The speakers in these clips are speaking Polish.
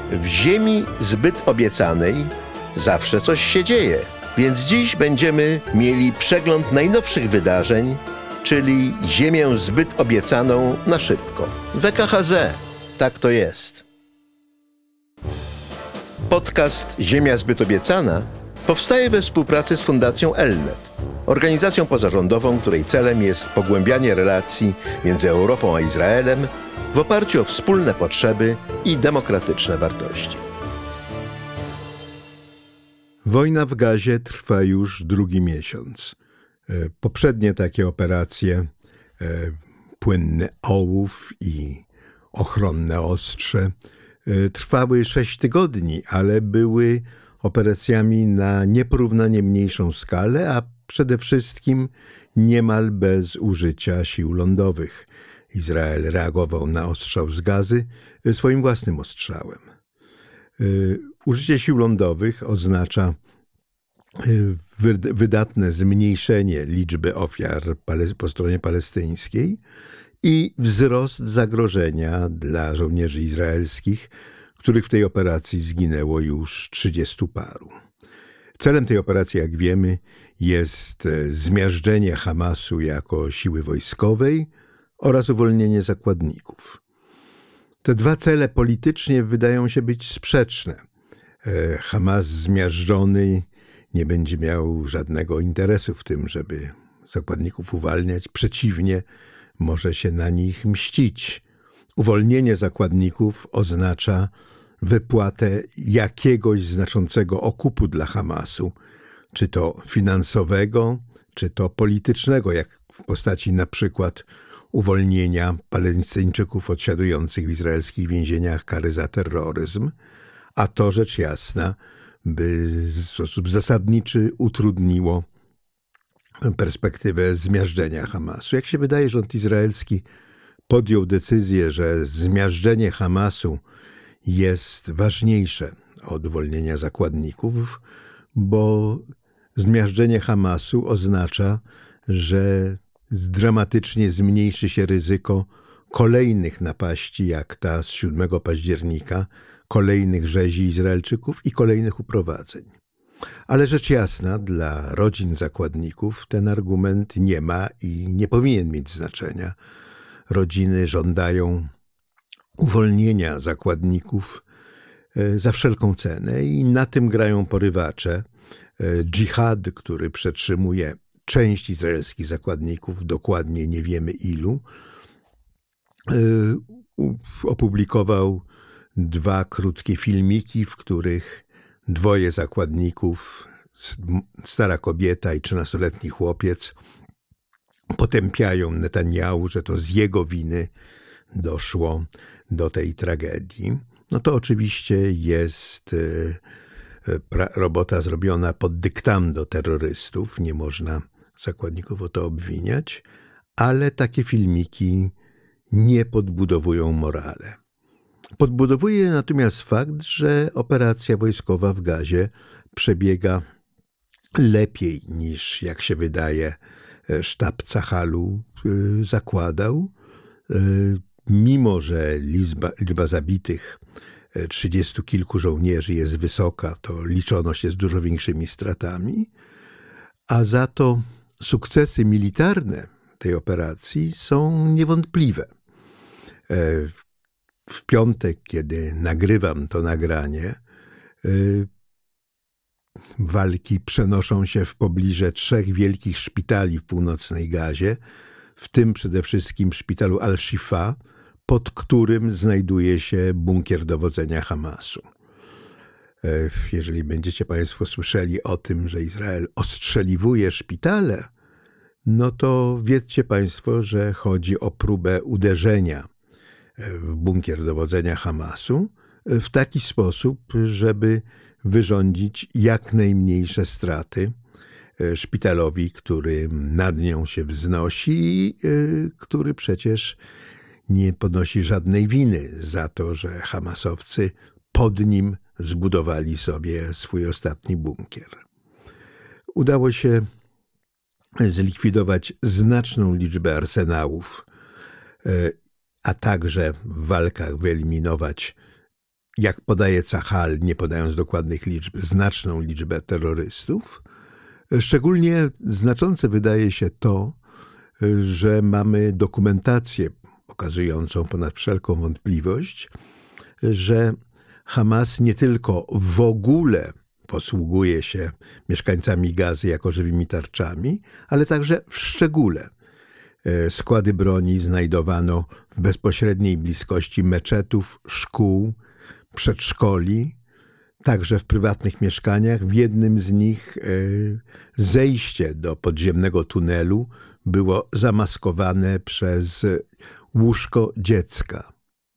W ziemi zbyt obiecanej zawsze coś się dzieje, więc dziś będziemy mieli przegląd najnowszych wydarzeń, czyli ziemię zbyt obiecaną na szybko. WKHZ, tak to jest. Podcast Ziemia zbyt obiecana powstaje we współpracy z Fundacją Elnet, organizacją pozarządową, której celem jest pogłębianie relacji między Europą a Izraelem w oparciu o wspólne potrzeby i demokratyczne wartości. Wojna w Gazie trwa już drugi miesiąc. Poprzednie takie operacje, płynny ołów i ochronne ostrze, trwały 6 tygodni, ale były operacjami na nieporównanie mniejszą skalę, a przede wszystkim niemal bez użycia sił lądowych. Izrael reagował na ostrzał z Gazy swoim własnym ostrzałem. Użycie sił lądowych oznacza wydatne zmniejszenie liczby ofiar po stronie palestyńskiej i wzrost zagrożenia dla żołnierzy izraelskich, których w tej operacji zginęło już 30 paru. Celem tej operacji, jak wiemy, jest zmiażdżenie Hamasu jako siły wojskowej oraz uwolnienie zakładników. Te dwa cele politycznie wydają się być sprzeczne. Hamas zmiażdżony nie będzie miał żadnego interesu w tym, żeby zakładników uwalniać. Przeciwnie, może się na nich mścić. Uwolnienie zakładników oznacza wypłatę jakiegoś znaczącego okupu dla Hamasu, czy to finansowego, czy to politycznego, jak w postaci na przykład uwolnienia Palestyńczyków odsiadujących w izraelskich więzieniach kary za terroryzm, a to rzecz jasna by w sposób zasadniczy utrudniło perspektywę zmiażdżenia Hamasu. Jak się wydaje, rząd izraelski podjął decyzję, że zmiażdżenie Hamasu jest ważniejsze od uwolnienia zakładników, bo zmiażdżenie Hamasu oznacza, że dramatycznie zmniejszy się ryzyko kolejnych napaści, jak ta z 7 października, kolejnych rzezi Izraelczyków i kolejnych uprowadzeń. Ale rzecz jasna, dla rodzin zakładników ten argument nie ma i nie powinien mieć znaczenia. Rodziny żądają uwolnienia zakładników za wszelką cenę i na tym grają porywacze. Dżihad, który przetrzymuje część izraelskich zakładników, dokładnie nie wiemy ilu, opublikował 2 krótkie filmiki, w których 2 zakładników, stara kobieta i 13-letni chłopiec, potępiają Netanjahu, że to z jego winy doszło do tej tragedii. No to oczywiście jest robota zrobiona pod dyktando terrorystów, nie można zakładników o to obwiniać, ale takie filmiki nie podbudowują morale. Podbudowuje natomiast fakt, że operacja wojskowa w Gazie przebiega lepiej niż, jak się wydaje, sztab Cahalu zakładał. Mimo że liczba zabitych 30 kilku żołnierzy jest wysoka, to liczono się z dużo większymi stratami, a za to sukcesy militarne tej operacji są niewątpliwe. W piątek, kiedy nagrywam to nagranie, walki przenoszą się w pobliże 3 wielkich szpitali w północnej Gazie, w tym przede wszystkim szpitalu Al-Shifa, pod którym znajduje się bunkier dowodzenia Hamasu. Jeżeli będziecie Państwo słyszeli o tym, że Izrael ostrzeliwuje szpitale, no to wiedzcie Państwo, że chodzi o próbę uderzenia w bunkier dowodzenia Hamasu w taki sposób, żeby wyrządzić jak najmniejsze straty szpitalowi, który nad nią się wznosi i który przecież nie ponosi żadnej winy za to, że hamasowcy pod nim zbudowali sobie swój ostatni bunkier. Udało się zlikwidować znaczną liczbę arsenałów, a także w walkach wyeliminować jak podaje Cahal, nie podając dokładnych liczb, znaczną liczbę terrorystów. Szczególnie znaczące wydaje się to, że mamy dokumentację pokazującą ponad wszelką wątpliwość, że Hamas nie tylko w ogóle posługuje się mieszkańcami Gazy jako żywymi tarczami, ale także w szczególe. Składy broni znajdowano w bezpośredniej bliskości meczetów, szkół, przedszkoli, także w prywatnych mieszkaniach. W jednym z nich zejście do podziemnego tunelu było zamaskowane przez łóżko dziecka.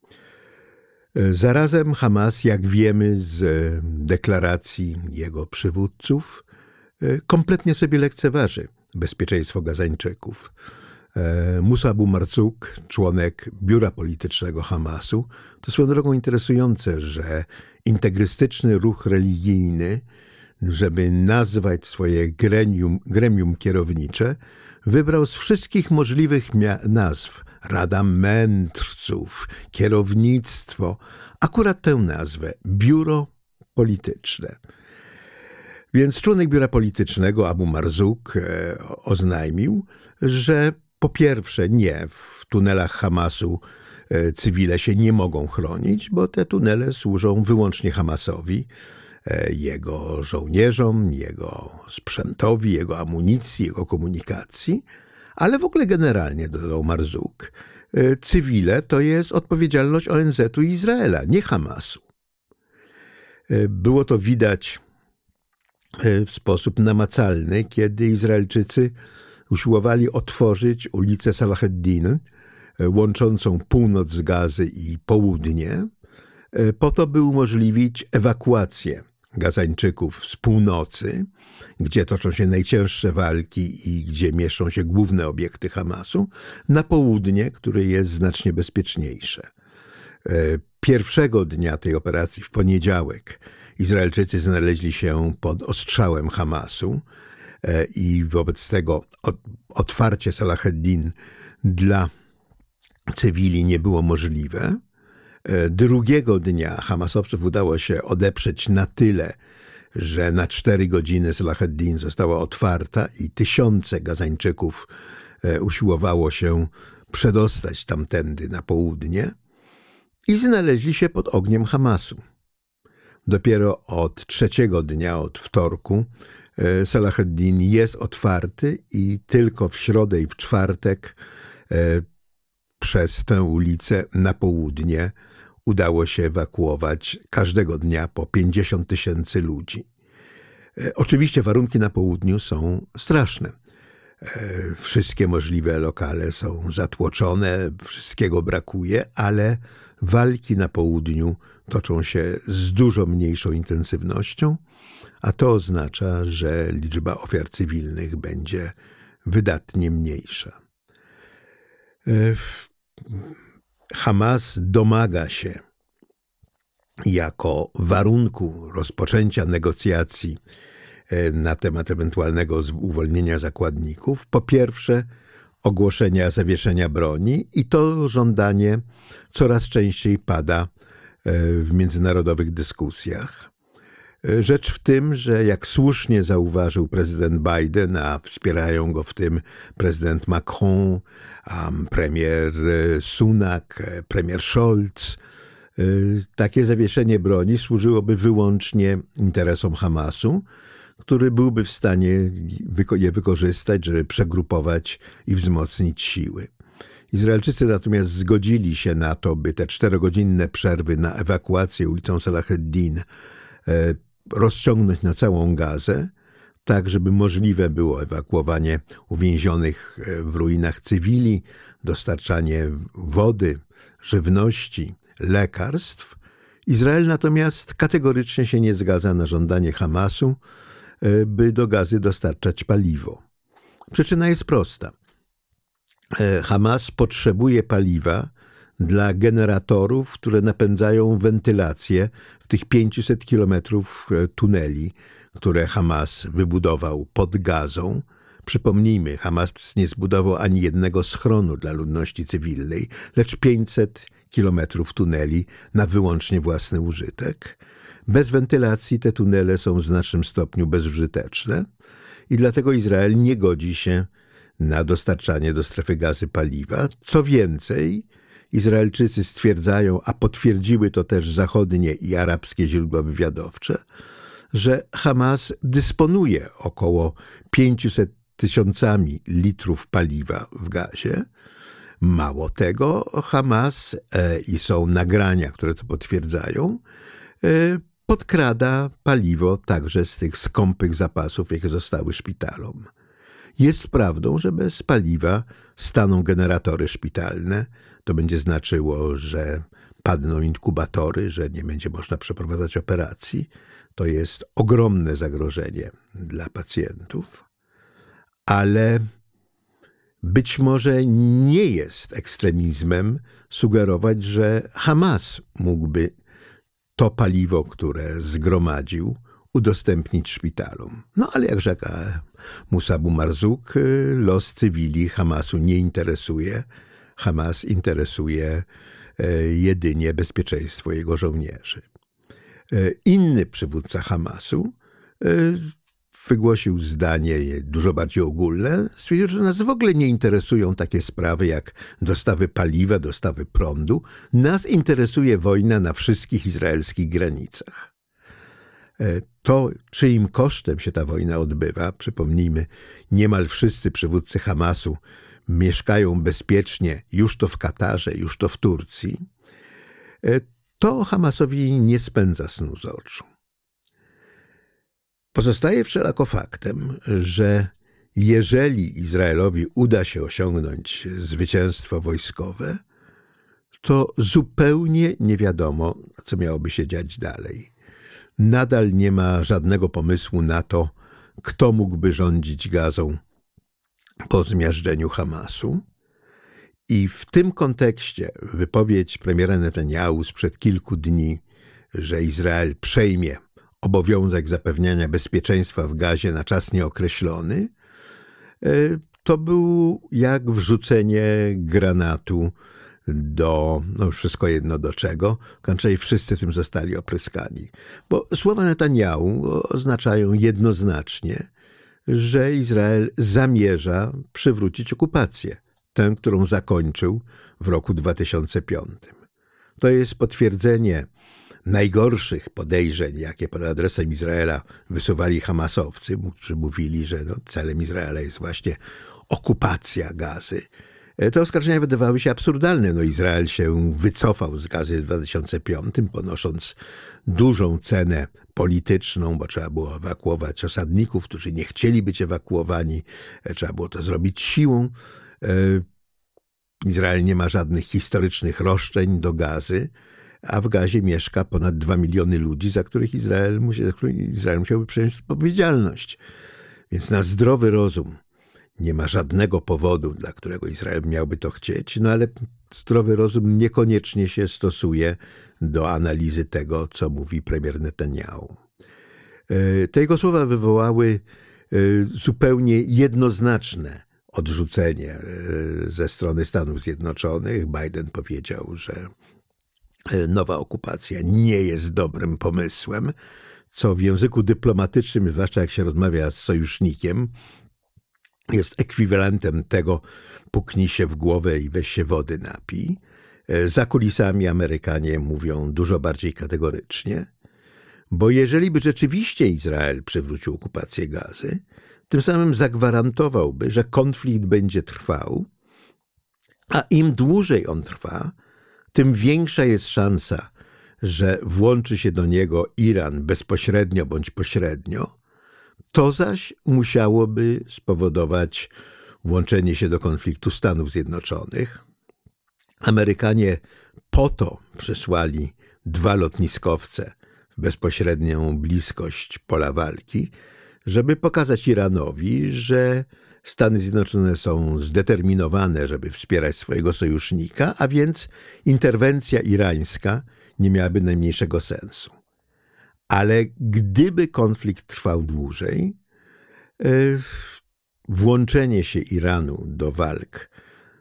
Zarazem Hamas, jak wiemy z deklaracji jego przywódców, kompletnie sobie lekceważy bezpieczeństwo Gazańczyków. Musa Abu Marzuk, członek biura politycznego Hamasu, to swoją drogą interesujące, że integrystyczny ruch religijny, żeby nazwać swoje gremium kierownicze, wybrał z wszystkich możliwych nazw Rada Mędrców, kierownictwo, akurat tę nazwę, biuro polityczne. Więc członek biura politycznego Abu Marzuk oznajmił, że po pierwsze nie, w tunelach Hamasu cywile się nie mogą chronić, bo te tunele służą wyłącznie Hamasowi, jego żołnierzom, jego sprzętowi, jego amunicji, jego komunikacji, ale w ogóle generalnie, dodał Marzuk, cywile to jest odpowiedzialność ONZ-u i Izraela, nie Hamasu. Było to widać w sposób namacalny, kiedy Izraelczycy usiłowali otworzyć ulicę Salah ad-Din, łączącą północ z Gazy i południe, po to, by umożliwić ewakuację Gazańczyków z północy, gdzie toczą się najcięższe walki i gdzie mieszczą się główne obiekty Hamasu, na południe, które jest znacznie bezpieczniejsze. Pierwszego dnia tej operacji, w poniedziałek, Izraelczycy znaleźli się pod ostrzałem Hamasu i wobec tego otwarcie Salah ad-Din dla cywili nie było możliwe. Drugiego dnia Hamasowców udało się odeprzeć na tyle, że na 4 godziny Salah ad-Din została otwarta i tysiące Gazańczyków usiłowało się przedostać tamtędy na południe i znaleźli się pod ogniem Hamasu. Dopiero od 3 dnia, od wtorku, Salah ad-Din jest otwarty i tylko w środę i w czwartek przez tę ulicę na południe udało się ewakuować każdego dnia po 50 000 ludzi. Oczywiście warunki na południu są straszne. Wszystkie możliwe lokale są zatłoczone, wszystkiego brakuje, ale walki na południu toczą się z dużo mniejszą intensywnością, a to oznacza, że liczba ofiar cywilnych będzie wydatnie mniejsza. Hamas domaga się jako warunku rozpoczęcia negocjacji na temat ewentualnego uwolnienia zakładników, po pierwsze ogłoszenia zawieszenia broni i to żądanie coraz częściej pada w międzynarodowych dyskusjach. Rzecz w tym, że jak słusznie zauważył prezydent Biden, a wspierają go w tym prezydent Macron, premier Sunak, premier Scholz, takie zawieszenie broni służyłoby wyłącznie interesom Hamasu, który byłby w stanie je wykorzystać, żeby przegrupować i wzmocnić siły. Izraelczycy natomiast zgodzili się na to, by te 4-godzinne przerwy na ewakuację ulicą Salah ad-Din rozciągnąć na całą Gazę, tak żeby możliwe było ewakuowanie uwięzionych w ruinach cywili, dostarczanie wody, żywności, lekarstw. Izrael natomiast kategorycznie się nie zgadza na żądanie Hamasu, by do Gazy dostarczać paliwo. Przyczyna jest prosta. Hamas potrzebuje paliwa dla generatorów, które napędzają wentylację w tych 500 kilometrów tuneli, które Hamas wybudował pod Gazą. Przypomnijmy, Hamas nie zbudował ani jednego schronu dla ludności cywilnej, lecz 500 kilometrów tuneli na wyłącznie własny użytek. Bez wentylacji te tunele są w znacznym stopniu bezużyteczne i dlatego Izrael nie godzi się na dostarczanie do strefy gazy paliwa. Co więcej, Izraelczycy stwierdzają, a potwierdziły to też zachodnie i arabskie źródła wywiadowcze, że Hamas dysponuje około 500 tysiącami litrów paliwa w gazie. Mało tego, Hamas, i są nagrania, które to potwierdzają, podkrada paliwo także z tych skąpych zapasów, jakie zostały szpitalom. Jest prawdą, że bez paliwa staną generatory szpitalne. To będzie znaczyło, że padną inkubatory, że nie będzie można przeprowadzać operacji. To jest ogromne zagrożenie dla pacjentów, ale być może nie jest ekstremizmem sugerować, że Hamas mógłby to paliwo, które zgromadził, udostępnić szpitalom. No ale jak rzekł Musa Abu Marzuk, los cywili Hamasu nie interesuje. Hamas interesuje jedynie bezpieczeństwo jego żołnierzy. Inny przywódca Hamasu wygłosił zdanie dużo bardziej ogólne. Stwierdził, że nas w ogóle nie interesują takie sprawy jak dostawy paliwa, dostawy prądu. Nas interesuje wojna na wszystkich izraelskich granicach. To, czyim kosztem się ta wojna odbywa, przypomnijmy, niemal wszyscy przywódcy Hamasu mieszkają bezpiecznie, już to w Katarze, już to w Turcji, to Hamasowi nie spędza snu z oczu. Pozostaje wszelako faktem, że jeżeli Izraelowi uda się osiągnąć zwycięstwo wojskowe, to zupełnie nie wiadomo, co miałoby się dziać dalej. Nadal nie ma żadnego pomysłu na to, kto mógłby rządzić Gazą po zmiażdżeniu Hamasu. I w tym kontekście wypowiedź premiera Netanjahu sprzed kilku dni, że Izrael przejmie obowiązek zapewniania bezpieczeństwa w Gazie na czas nieokreślony, to był jak wrzucenie granatu do, wszystko jedno do czego, kończyli wszyscy tym zostali opryskani. Bo słowa Netanjahu oznaczają jednoznacznie, że Izrael zamierza przywrócić okupację, tę, którą zakończył w roku 2005. To jest potwierdzenie najgorszych podejrzeń, jakie pod adresem Izraela wysuwali Hamasowcy, którzy mówili, że celem Izraela jest właśnie okupacja Gazy. Te oskarżenia wydawały się absurdalne. Izrael się wycofał z Gazy w 2005, ponosząc dużą cenę polityczną, bo trzeba było ewakuować osadników, którzy nie chcieli być ewakuowani. Trzeba było to zrobić siłą. Izrael nie ma żadnych historycznych roszczeń do Gazy, a w Gazie mieszka ponad 2 miliony ludzi, za których Izrael musiałby przejąć odpowiedzialność. Więc na zdrowy rozum nie ma żadnego powodu, dla którego Izrael miałby to chcieć, ale zdrowy rozum niekoniecznie się stosuje do analizy tego, co mówi premier Netanjahu. Te jego słowa wywołały zupełnie jednoznaczne odrzucenie ze strony Stanów Zjednoczonych. Biden powiedział, że nowa okupacja nie jest dobrym pomysłem, co w języku dyplomatycznym, zwłaszcza jak się rozmawia z sojusznikiem, jest ekwiwalentem tego puknij się w głowę i weź się wody napij. Za kulisami Amerykanie mówią dużo bardziej kategorycznie, bo jeżeli by rzeczywiście Izrael przywrócił okupację Gazy, tym samym zagwarantowałby, że konflikt będzie trwał, a im dłużej on trwa, tym większa jest szansa, że włączy się do niego Iran bezpośrednio bądź pośrednio. To zaś musiałoby spowodować włączenie się do konfliktu Stanów Zjednoczonych. Amerykanie po to przysłali 2 lotniskowce w bezpośrednią bliskość pola walki, żeby pokazać Iranowi, że Stany Zjednoczone są zdeterminowane, żeby wspierać swojego sojusznika, a więc interwencja irańska nie miałaby najmniejszego sensu. Ale gdyby konflikt trwał dłużej, włączenie się Iranu do walk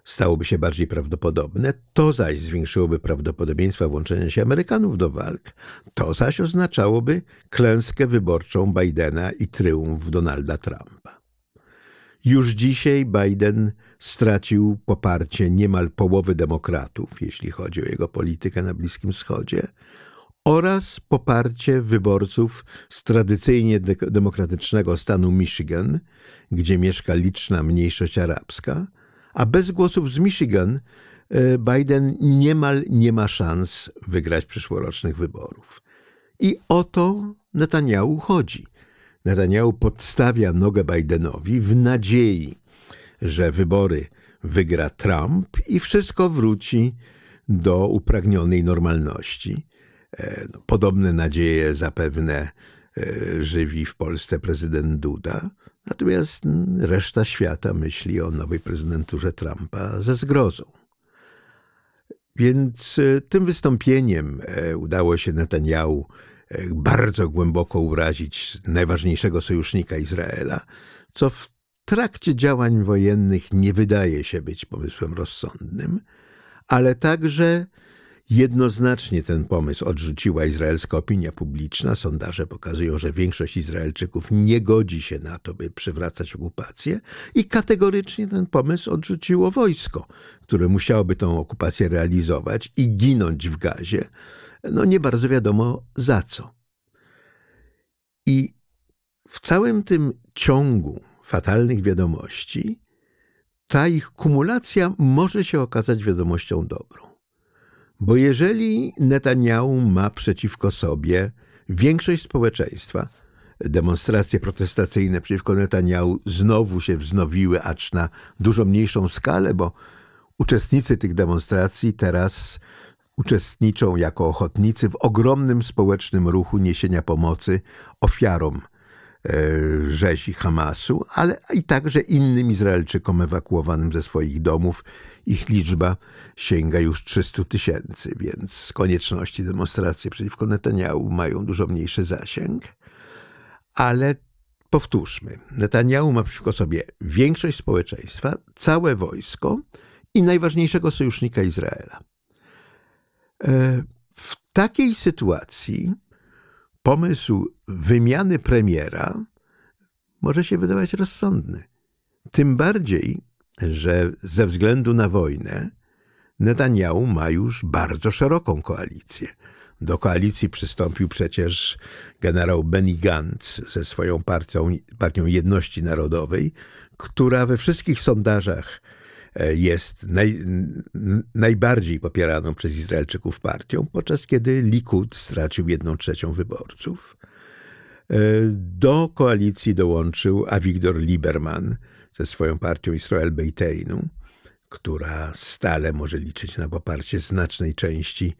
stałoby się bardziej prawdopodobne, to zaś zwiększyłoby prawdopodobieństwa włączenia się Amerykanów do walk. To zaś oznaczałoby klęskę wyborczą Bidena i tryumf Donalda Trumpa. Już dzisiaj Biden stracił poparcie niemal połowy demokratów, jeśli chodzi o jego politykę na Bliskim Wschodzie, oraz poparcie wyborców z tradycyjnie demokratycznego stanu Michigan, gdzie mieszka liczna mniejszość arabska, a bez głosów z Michigan Biden niemal nie ma szans wygrać przyszłorocznych wyborów. I o to Netanjahu chodzi. Netanjahu podstawia nogę Bidenowi w nadziei, że wybory wygra Trump i wszystko wróci do upragnionej normalności. Podobne nadzieje zapewne żywi w Polsce prezydent Duda, natomiast reszta świata myśli o nowej prezydenturze Trumpa ze zgrozą. Więc tym wystąpieniem udało się Netanjahu bardzo głęboko urazić najważniejszego sojusznika Izraela, co w trakcie działań wojennych nie wydaje się być pomysłem rozsądnym, ale także jednoznacznie ten pomysł odrzuciła izraelska opinia publiczna. Sondaże pokazują, że większość Izraelczyków nie godzi się na to, by przywracać okupację i kategorycznie ten pomysł odrzuciło wojsko, które musiałoby tę okupację realizować i ginąć w Gazie. Nie bardzo wiadomo za co. I w całym tym ciągu fatalnych wiadomości ta ich kumulacja może się okazać wiadomością dobrą. Bo jeżeli Netanjahu ma przeciwko sobie większość społeczeństwa, demonstracje protestacyjne przeciwko Netanjahu znowu się wznowiły, acz na dużo mniejszą skalę, bo uczestnicy tych demonstracji teraz uczestniczą jako ochotnicy w ogromnym społecznym ruchu niesienia pomocy ofiarom rzezi Hamasu, ale i także innym Izraelczykom ewakuowanym ze swoich domów. Ich liczba sięga już 300 000, więc z konieczności demonstracje przeciwko Netanjahu mają dużo mniejszy zasięg. Ale powtórzmy, Netanjahu ma przeciwko sobie większość społeczeństwa, całe wojsko i najważniejszego sojusznika Izraela. W takiej sytuacji pomysł wymiany premiera może się wydawać rozsądny. Tym bardziej, że ze względu na wojnę Netanjahu ma już bardzo szeroką koalicję. Do koalicji przystąpił przecież generał Benny Gantz ze swoją partią Jedności Narodowej, która we wszystkich sondażach jest najbardziej popieraną przez Izraelczyków partią, podczas kiedy Likud stracił 1/3 wyborców. Do koalicji dołączył Avigdor Lieberman ze swoją partią Israel Beiteinu, która stale może liczyć na poparcie znacznej części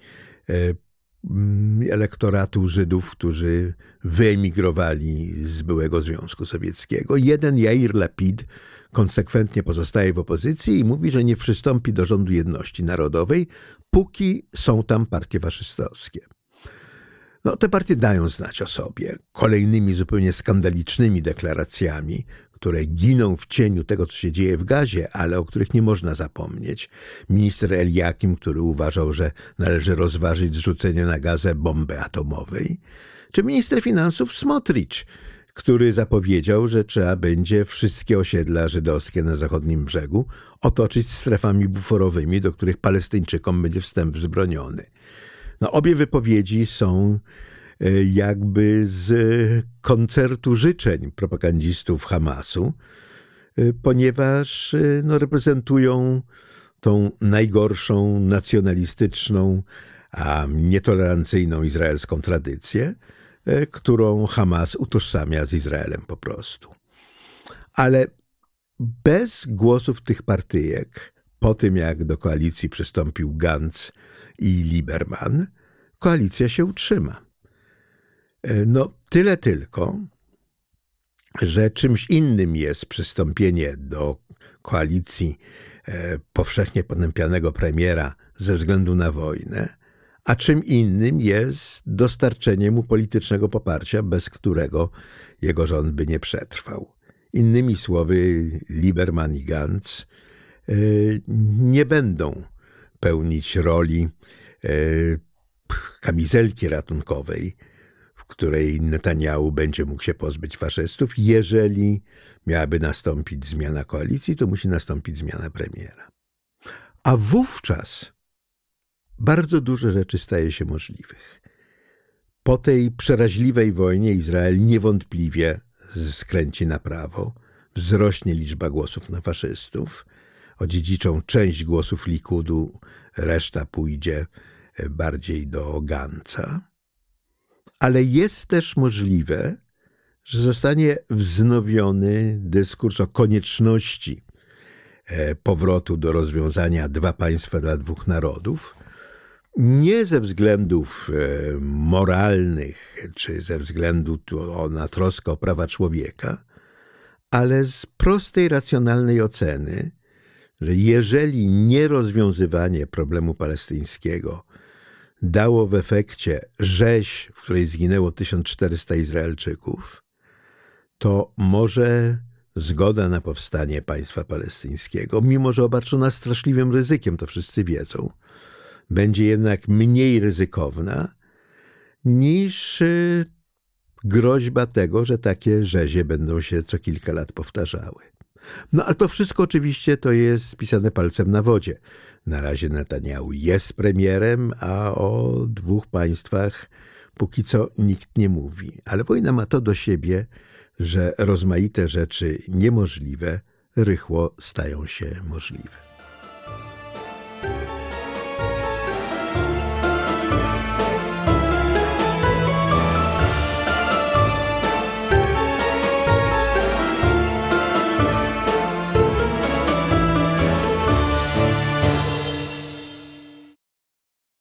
elektoratu Żydów, którzy wyemigrowali z byłego Związku Sowieckiego. Jeden Jair Lapid konsekwentnie pozostaje w opozycji i mówi, że nie przystąpi do rządu jedności narodowej, póki są tam partie faszystowskie. Te partie dają znać o sobie kolejnymi zupełnie skandalicznymi deklaracjami, które giną w cieniu tego, co się dzieje w Gazie, ale o których nie można zapomnieć. Minister Eliakim, który uważał, że należy rozważyć zrzucenie na Gazę bomby atomowej, czy minister finansów Smotrich, który zapowiedział, że trzeba będzie wszystkie osiedla żydowskie na zachodnim brzegu otoczyć strefami buforowymi, do których Palestyńczykom będzie wstęp wzbroniony. Obie wypowiedzi są jakby z koncertu życzeń propagandzistów Hamasu, ponieważ reprezentują tą najgorszą, nacjonalistyczną, a nietolerancyjną izraelską tradycję, którą Hamas utożsamia z Izraelem po prostu. Ale bez głosów tych partyjek, po tym jak do koalicji przystąpił Gantz i Lieberman, koalicja się utrzyma. Tyle tylko, że czymś innym jest przystąpienie do koalicji powszechnie potępianego premiera ze względu na wojnę, a czym innym jest dostarczenie mu politycznego poparcia, bez którego jego rząd by nie przetrwał. Innymi słowy, Lieberman i Gantz nie będą pełnić roli kamizelki ratunkowej, w której Netanjahu będzie mógł się pozbyć faszystów. Jeżeli miałaby nastąpić zmiana koalicji, to musi nastąpić zmiana premiera. A wówczas bardzo dużo rzeczy staje się możliwych. Po tej przeraźliwej wojnie Izrael niewątpliwie skręci na prawo, wzrośnie liczba głosów na faszystów, odziedziczą część głosów Likudu, reszta pójdzie bardziej do Gantza. Ale jest też możliwe, że zostanie wznowiony dyskurs o konieczności powrotu do rozwiązania 2 państwa dla 2 narodów, nie ze względów moralnych, czy ze względu na troskę o prawa człowieka, ale z prostej, racjonalnej oceny, że jeżeli nierozwiązywanie problemu palestyńskiego dało w efekcie rzeź, w której zginęło 1400 Izraelczyków, to może zgoda na powstanie państwa palestyńskiego, mimo że obarczona straszliwym ryzykiem, to wszyscy wiedzą, będzie jednak mniej ryzykowna niż groźba tego, że takie rzezie będą się co kilka lat powtarzały. No ale to wszystko oczywiście to jest spisane palcem na wodzie. Na razie Netanjahu jest premierem, a o 2 państwach póki co nikt nie mówi. Ale wojna ma to do siebie, że rozmaite rzeczy niemożliwe rychło stają się możliwe.